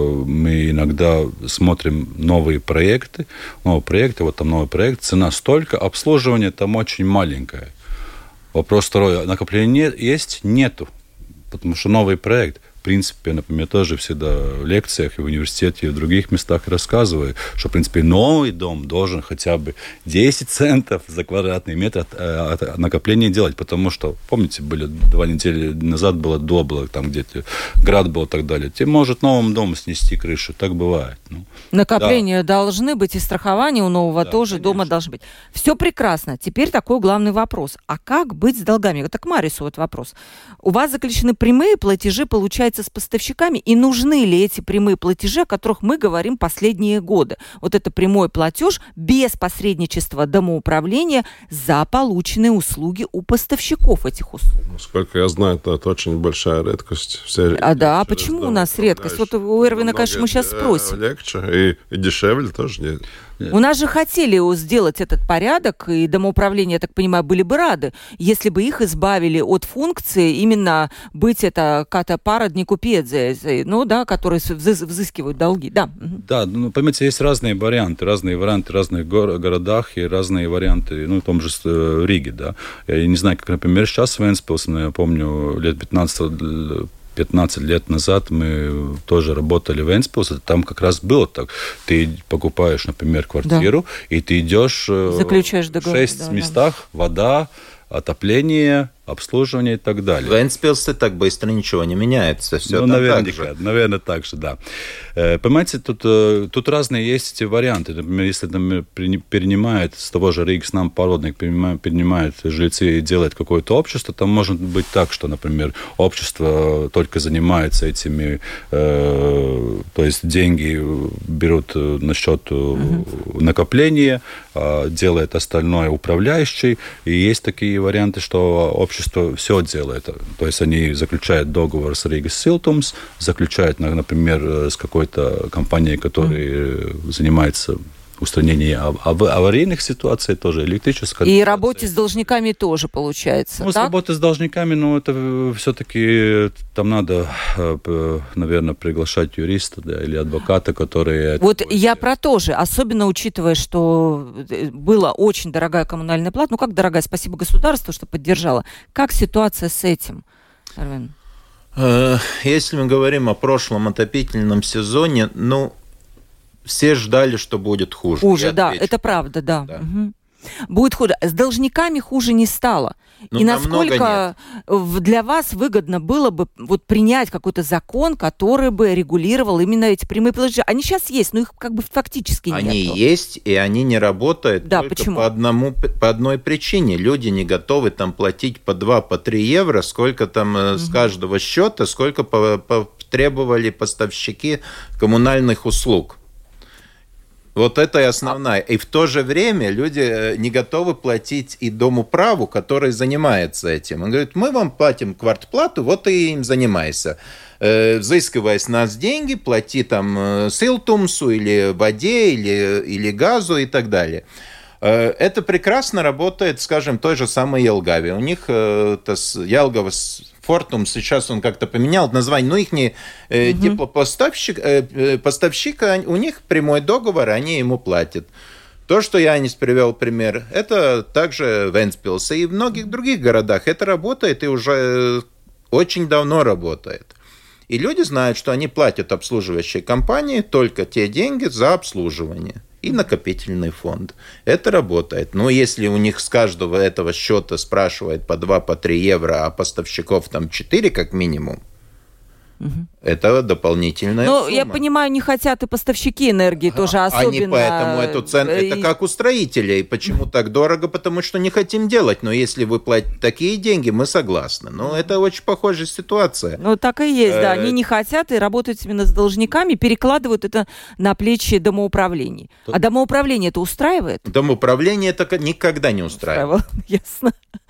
мы иногда смотрим новые проекты, новые проекты, вот там новый проект, цена столько, обслуживание там очень маленькое. Вопрос второй, накопление есть? Нету, потому что новый проект. В принципе, например, тоже всегда в лекциях и в университете, и в других местах рассказываю, что, в принципе, новый дом должен хотя бы десять центов за квадратный метр от, от, от накопления делать, потому что, помните, были два недели назад было добло, там где-то град был и так далее. Тебе может новым домом снести крышу, так бывает. Ну, накопления да. должны быть, и страхование у нового да, тоже, конечно. Дома должны быть. Все прекрасно. Теперь такой главный вопрос. А как быть с долгами? Вот так Марису вот вопрос. У вас заключены прямые платежи, получается, с поставщиками, и нужны ли эти прямые платежи, о которых мы говорим последние годы? Вот это прямой платеж без посредничества домоуправления за полученные услуги у поставщиков этих услуг. Сколько я знаю, это, это очень большая редкость. Все а да, а почему у нас редкость? Вот у Эрвина, конечно, мы сейчас спросим. Легче и, и дешевле тоже нет. У нас же хотели сделать этот порядок, и домоуправления, я так понимаю, были бы рады, если бы их избавили от функции именно быть это ката парадни купедзе, ну да, которые взыскивают долги. Да, да, ну, понимаете, есть разные варианты, разные варианты в разных гор- городах и разные варианты, ну, в том же в Риге, да. Я не знаю, как, например, сейчас в Вентспилсе, но я помню, лет пятнадцать пятнадцать лет назад мы тоже работали в Вентспилсе, там как раз было так. Ты покупаешь, например, квартиру, да. и ты идешь заключаешь договор, в шесть да, местах, да. вода, отопление, обслуживание и так далее. В Вентспилсе так быстро ничего не меняется. Все ну, там наверняка, так же. Наверное, так же, да. Понимаете, тут, тут разные есть эти варианты. Например, если там перенимает с того же Риgas нам породник, перенимает жильцы и делает какое-то общество, там может быть так, что, например, общество только занимается этими, э, то есть деньги берут на счет uh-huh. накопления, делает остальное управляющий, и есть такие варианты, что общество Общество все делает. То есть они заключают договор с Rigas Siltums, заключают, например, с какой-то компанией, которая mm. занимается устранением аварийных ситуаций, тоже электрическая. И ситуация. Работе с должниками тоже получается, ну, так? с работой с должниками, ну, это все-таки там надо, наверное, приглашать юриста, да, или адвоката, которые... Вот я про то же, особенно учитывая, что была очень дорогая коммунальная плата. Ну, как дорогая? Спасибо государству, что поддержало. Как ситуация с этим, Эрвин? Если мы говорим о прошлом отопительном сезоне, ну, все ждали, что будет хуже. Хуже, да, это правда, да. да. Угу. Будет хуже. С должниками хуже не стало. Ну, и насколько для вас выгодно было бы вот принять какой-то закон, который бы регулировал именно эти прямые платежи? Они сейчас есть, но их как бы фактически нет. Они есть, и они не работают да, только почему? по, одному, по одной причине. Люди не готовы там платить по два, по три евро, сколько там угу. с каждого счета, сколько потребовали поставщики коммунальных услуг. Вот это и основная. И в то же время люди не готовы платить и домоуправу, который занимается этим. Он говорит, мы вам платим квартплату, вот и им занимайся. Взыскивая с нас деньги, плати там Силтумсу или воде, или, или газу и так далее. Это прекрасно работает, скажем, той же самой Елгаве. У них Елгавas Фортум, сейчас он как-то поменял название, но их не э, угу. теплопоставщик, э, поставщика, у них прямой договор, они ему платят. То, что Янис привел пример, это также в Вентспилсе и в многих других городах. Это работает и уже очень давно работает. И люди знают, что они платят обслуживающей компании только те деньги за обслуживание и накопительный фонд. Это работает. Но если у них с каждого этого счета спрашивают по два, по три евро, а поставщиков там четыре как минимум, угу. это дополнительная Ну, сумма. я понимаю, не хотят и поставщики энергии а, тоже особенно. Они поэтому эту цену... Это как у строителей. Почему так дорого? Потому что не хотим делать. Но если вы платите такие деньги, мы согласны. Но это очень похожая ситуация. Ну, так и есть, да. Они не хотят и работают именно с должниками, перекладывают это на плечи домоуправлений. А домоуправление это устраивает? Домоуправление это никогда не устраивает. Ясно.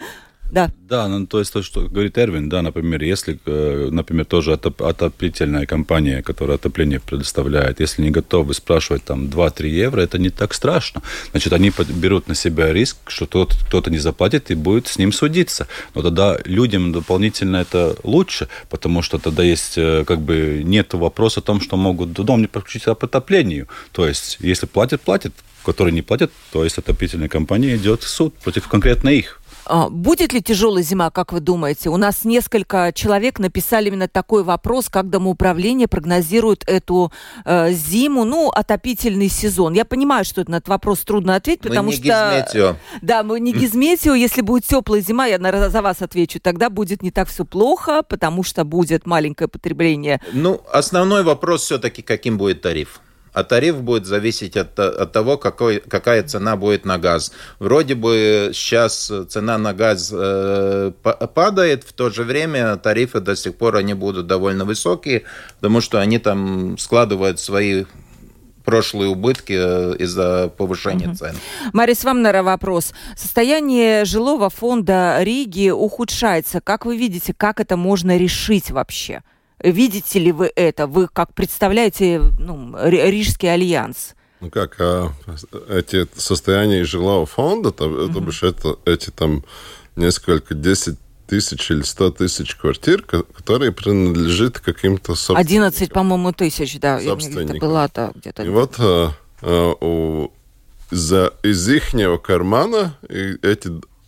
Да. Да, ну, то есть то, что говорит Эрвин, да, например, если, например, тоже отоп- отопительная компания, которая отопление предоставляет, если не готовы спрашивать там два-три евро, это не так страшно. Значит, они берут на себя риск, что кто-то, кто-то не заплатит и будет с ним судиться. Но тогда людям дополнительно это лучше, потому что тогда есть, как бы, нет вопроса о том, что могут дом не подключить к отоплению. То есть, если платят, платят, которые не платят, то есть отопительная компания идет в суд против конкретно их. Будет ли тяжелая зима, как вы думаете? У нас несколько человек написали именно такой вопрос, как домоуправление прогнозирует эту э, зиму, ну, отопительный сезон. Я понимаю, что на этот вопрос трудно ответить, мы потому не что... Гизметео. Да, мы не гизметео. Если будет теплая зима, я наверное, за вас отвечу, тогда будет не так все плохо, потому что будет маленькое потребление. Ну, основной вопрос все-таки, каким будет тариф. А тариф будет зависеть от, от того, какой, какая цена будет на газ. Вроде бы сейчас цена на газ э, падает, в то же время тарифы до сих пор они будут довольно высокие, потому что они там складывают свои прошлые убытки из-за повышения uh-huh. цен. Марис, вам, наверное, вопрос. Состояние жилого фонда Риги ухудшается. Как вы видите, как это можно решить вообще? Видите ли вы это? Вы как представляете ну, Рижский альянс? Ну как, а, эти состояния жилого фонда, то, uh-huh. это, бишь, это, эти там несколько, десять тысяч или сто тысяч квартир, которые принадлежат каким-то собственникам. одиннадцать, по-моему, тысяч, да. Это было да, где-то. И вот а, а, у, за, из ихнего кармана, и эти,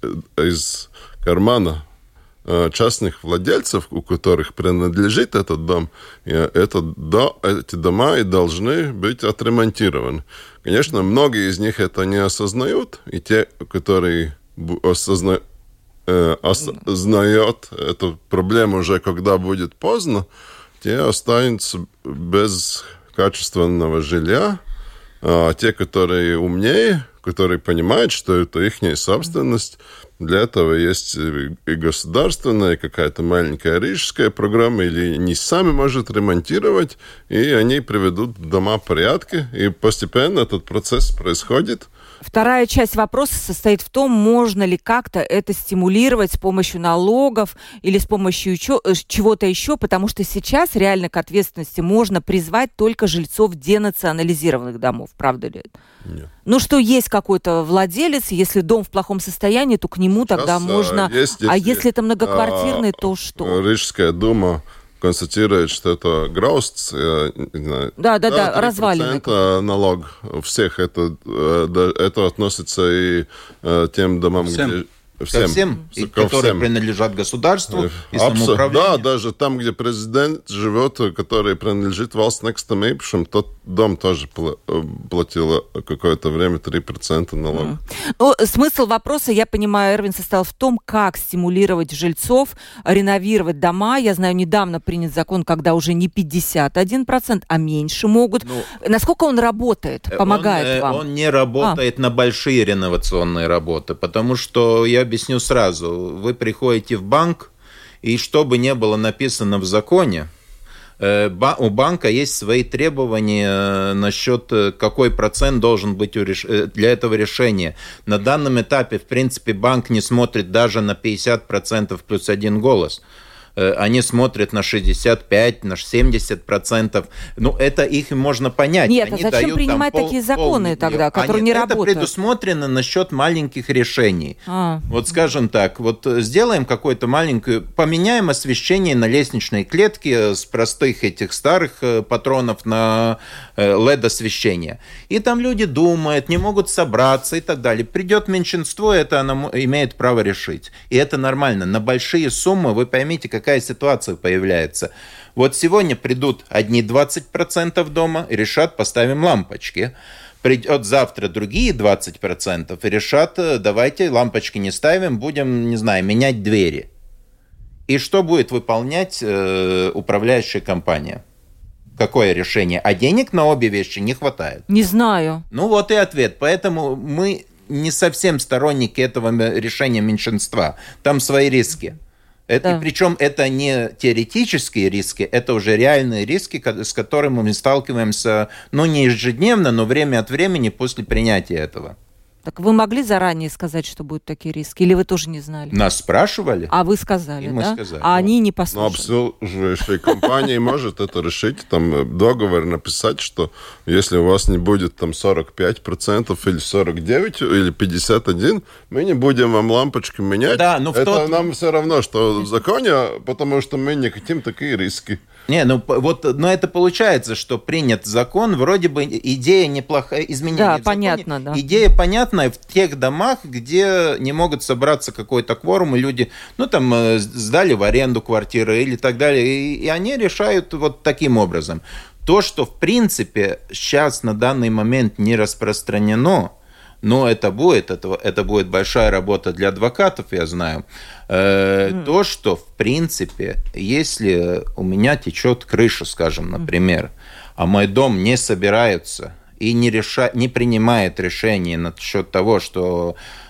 из кармана частных владельцев, у которых принадлежит этот дом, этот, да, эти дома и должны быть отремонтированы. Конечно, многие из них это не осознают, и те, которые осозна... э, осознают эту проблему уже, когда будет поздно, те останутся без качественного жилья, а те, которые умнее, которые понимают, что это их собственность, для этого есть и государственная, и какая-то маленькая рижская программа, или они сами могут ремонтировать, и они приведут дома в порядке, и постепенно этот процесс происходит. Вторая часть вопроса состоит в том, можно ли как-то это стимулировать с помощью налогов или с помощью чего-то еще, потому что сейчас реально к ответственности можно призвать только жильцов денационализированных домов. Правда ли это? Нет. Ну, что есть какой-то владелец, если дом в плохом состоянии, то к нему сейчас тогда можно... Есть, а если, если это многоквартирный, а, то что? Рижская дума констатирует, что это граустс, да, да, да, да, развалины. Налог всех, это, это относится и тем домам, всем. где... Всем, ко всем, и, ко которые всем. Принадлежат государству и самоуправлению. Да, даже там, где президент живет, который принадлежит властнекстам ипшам, тот дом тоже платил какое-то время три процента налога. Mm. Ну, смысл вопроса, я понимаю, Эрвин, состоял в том, как стимулировать жильцов реновировать дома. Я знаю, недавно принят закон, когда уже не пятьдесят один процент, а меньше могут. Ну, насколько он работает, помогает он, вам? Он не работает а. на большие реновационные работы, потому что я объясню сразу. Вы приходите в банк, и что бы ни было написано в законе, у банка есть свои требования насчет, какой процент должен быть для этого решения. На данном этапе, в принципе, банк не смотрит даже на пятьдесят процентов плюс один голос. они смотрят на шестьдесят пять, на семьдесят процентов. Ну, это их можно понять. Нет, они а зачем принимать пол, такие законы тогда, которые они, не работают? Это предусмотрено насчет маленьких решений. А. Вот скажем так, вот сделаем какую-то маленькую, поменяем освещение на лестничной клетке с простых этих старых патронов на эл и ди-освещение. И там люди думают, не могут собраться и так далее. Придет меньшинство, это оно имеет право решить. И это нормально. На большие суммы, вы поймите, какая ситуация появляется. Вот сегодня придут одни двадцать процентов дома и решат, поставим лампочки. Придет завтра другие двадцать процентов и решат, давайте лампочки не ставим, будем, не знаю, менять двери. И что будет выполнять э, управляющая компания? Какое решение? А денег на обе вещи не хватает. Не знаю. Ну вот и ответ. Поэтому мы не совсем сторонники этого решения меньшинства. Там свои риски. Это, да. И причем это не теоретические риски, это уже реальные риски, с которыми мы сталкиваемся, ну, не ежедневно, но время от времени после принятия этого. Так вы могли заранее сказать, что будут такие риски? Или вы тоже не знали? Нас спрашивали. А вы сказали, и мы да? сказали, а да. они не послушали. Ну, обслуживающая компания может это решить, там договор написать, что если у вас не будет там сорок пять процентов или сорок девять процентов или пятьдесят один процент, мы не будем вам лампочки менять. Да, но в это тот... нам все равно, что в законе, потому что мы не хотим такие риски. Не, ну вот, но это получается, что принят закон, вроде бы идея неплохая, изменение да, в законе. понятно, да. Идея понятная в тех домах, где не могут собраться какой-то кворум, и люди, ну, там, сдали в аренду квартиры или так далее, и, и они решают вот таким образом. То, что, в принципе, сейчас на данный момент не распространено, но это будет, это, это будет большая работа для адвокатов, я знаю. Э, mm. То, что, в принципе, если у меня течет крыша, скажем, например, mm. а мой дом не собирается и не, реша... не принимает решение насчет того, что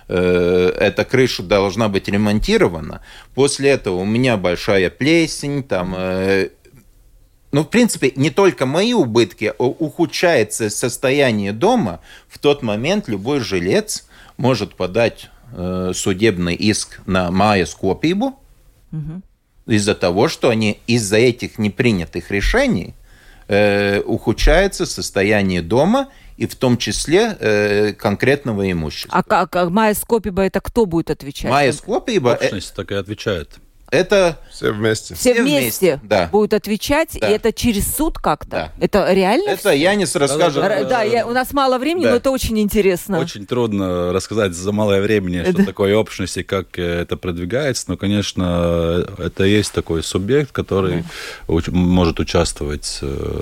э, эта крыша должна быть ремонтирована, после этого у меня большая плесень, там... Э, Ну, в принципе, не только мои убытки, а ухудшается состояние дома. В тот момент любой жилец может подать э, судебный иск на mājaskopību угу. из-за того, что они из-за этих непринятых решений э, ухудшается состояние дома и в том числе э, конкретного имущества. А как mājaskopība это кто будет отвечать? mājaskopība... Общность так и отвечает. Это все вместе. Все, все вместе, вместе да. будут отвечать, да. И это через суд как-то? Да. Это реально? Это Янис расскажет. Да, да, да, да я, у нас мало времени, да. Но это очень интересно. Очень трудно рассказать за малое времени, что да. такое общность и как это продвигается. Но, конечно, это есть такой субъект, который да. может участвовать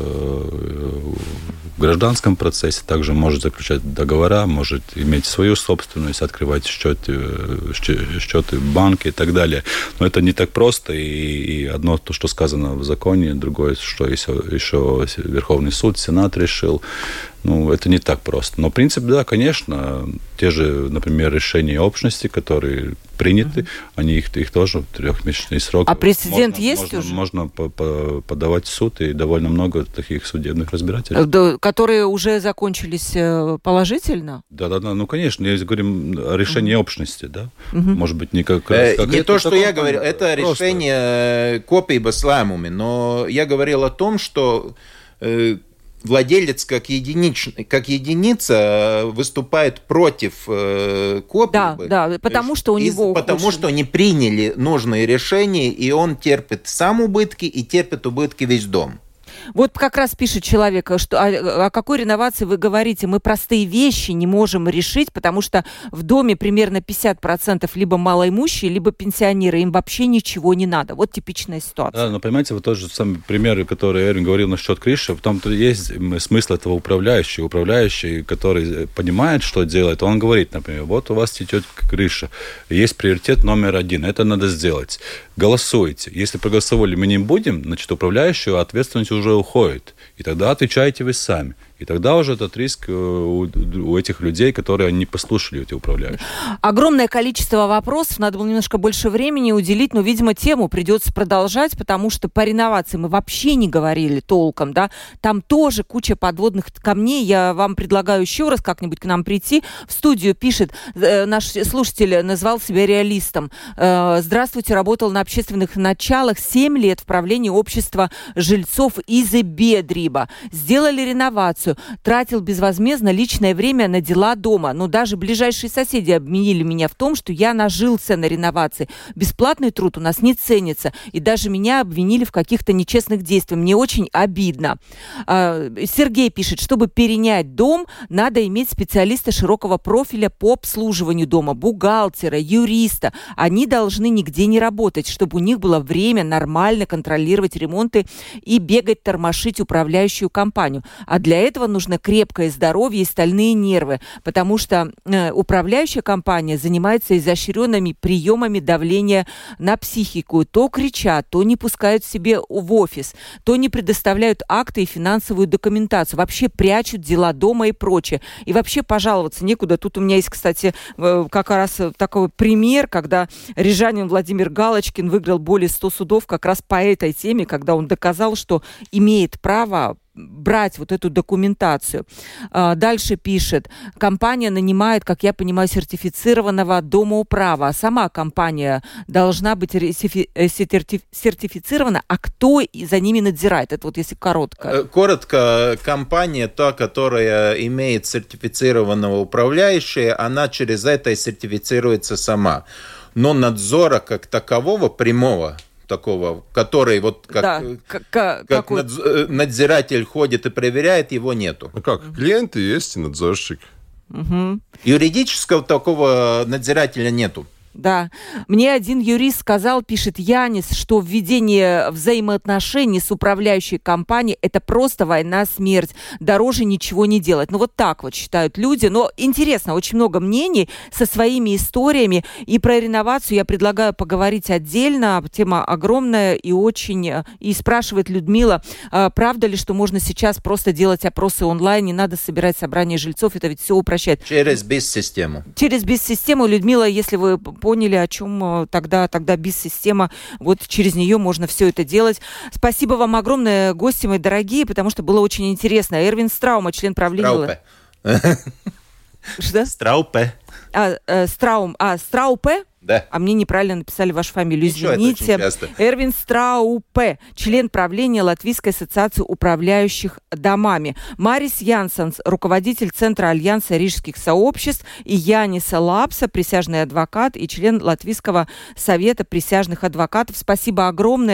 в гражданском процессе, также может заключать договора, может иметь свою собственность, открывать счеты, счеты в банке и так далее. Но это не так просто, и, и одно то, что сказано в законе, другое, что еще, еще Верховный суд, Сенат решил. Ну, это не так просто. Но, в принципе, да, конечно, те же, например, решения общности, которые приняты, uh-huh. они их, их тоже в трехмесячный срок. А прецедент можно, есть можно, уже? Можно по- по- подавать в суд, и довольно много таких судебных разбирательств. Да, которые уже закончились положительно? Да-да-да, ну, конечно, я говорим о решении uh-huh. общности, да. Uh-huh. Может быть, не как... Э, как не это, то, что таком, я говорил, это просто решение kopības lēmumi, но я говорил о том, что... Э, владелец как, единич... как единица выступает против э, kopības. Да, да, потому что у него из... Потому что не приняли нужные решения, и он терпит сам убытки и терпит убытки весь дом. Вот как раз пишет человек, что о, о какой реновации вы говорите. Мы простые вещи не можем решить, потому что в доме примерно пятьдесят процентов либо малоимущие, либо пенсионеры. Им вообще ничего не надо. Вот типичная ситуация. Да, но понимаете, вот тот же самый пример, который Эрвин говорил насчет крыши, в том-то есть смысл этого управляющего. Управляющий, который понимает, что делает, он говорит, например, вот у вас течет крыша, есть приоритет номер один, это надо сделать. Голосуйте. Если проголосовали мы не будем, значит, управляющего ответственность уже уходит. И тогда отвечаете вы сами. И тогда уже этот риск у, у этих людей, которые не послушали эти управляющие. Огромное количество вопросов, надо было немножко больше времени уделить, но, видимо, тему придется продолжать, потому что по реновации мы вообще не говорили толком, да, там тоже куча подводных камней. Я вам предлагаю еще раз как-нибудь к нам прийти. В студию пишет, э, наш слушатель назвал себя реалистом. Э, здравствуйте, работал на общественных началах семь лет в правлении общества жильцов из Бедриба. Сделали реновацию. Тратил безвозмездно личное время на дела дома. Но даже ближайшие соседи обвинили меня в том, что я нажился на реновации. Бесплатный труд у нас не ценится. И даже меня обвинили в каких-то нечестных действиях. Мне очень обидно. Сергей пишет, чтобы перенять дом, надо иметь специалиста широкого профиля по обслуживанию дома, бухгалтера, юриста. Они должны нигде не работать, чтобы у них было время нормально контролировать ремонты и бегать, тормошить управляющую компанию. А для этого этого нужно крепкое здоровье и стальные нервы, потому что э, управляющая компания занимается изощренными приемами давления на психику. То кричат, то не пускают себе в офис, то не предоставляют акты и финансовую документацию, вообще прячут дела дома и прочее. И вообще пожаловаться некуда. Тут у меня есть, кстати, э, как раз такой пример, когда рижанин Владимир Галочкин выиграл более ста судов как раз по этой теме, когда он доказал, что имеет право брать вот эту документацию. Дальше пишет, компания нанимает, как я понимаю, сертифицированного домоуправа, а сама компания должна быть сертифицирована, а кто за ними надзирает? Это вот если коротко. Коротко, компания, та, которая имеет сертифицированного управляющего, она через это и сертифицируется сама. Но надзора как такового, прямого, такого, который вот как, да, как, как, как надз- надзиратель ходит и проверяет, его нету. Ну как, клиенты есть и надзорщик. Угу. Юридического такого надзирателя нету. Да. Мне один юрист сказал, пишет Янис, что введение взаимоотношений с управляющей компанией – это просто война-смерть. Дороже ничего не делать. Ну, вот так вот считают люди. Но интересно, очень много мнений со своими историями. И про реновацию я предлагаю поговорить отдельно. Тема огромная и очень... И спрашивает Людмила, правда ли, что можно сейчас просто делать опросы онлайн, не надо собирать собрание жильцов, это ведь все упрощает. Через бис-систему. Через бис-систему. Людмила, если вы поняли, о чем тогда, тогда бис-система, вот через нее можно все это делать. Спасибо вам огромное, гости мои дорогие, потому что было очень интересно. Эрвин Страума, член правления... Страупе. Что? Страупе. А, э, Страум, а, Страупе? Да. А мне неправильно написали вашу фамилию. Ничего, извините. Эрвин Страупе, член правления Латвийской ассоциации управляющих домами. Марис Янсонс, руководитель Центра Альянса рижских сообществ, и Янис Лапса, присяжный адвокат и член Латвийского совета присяжных адвокатов. Спасибо огромное.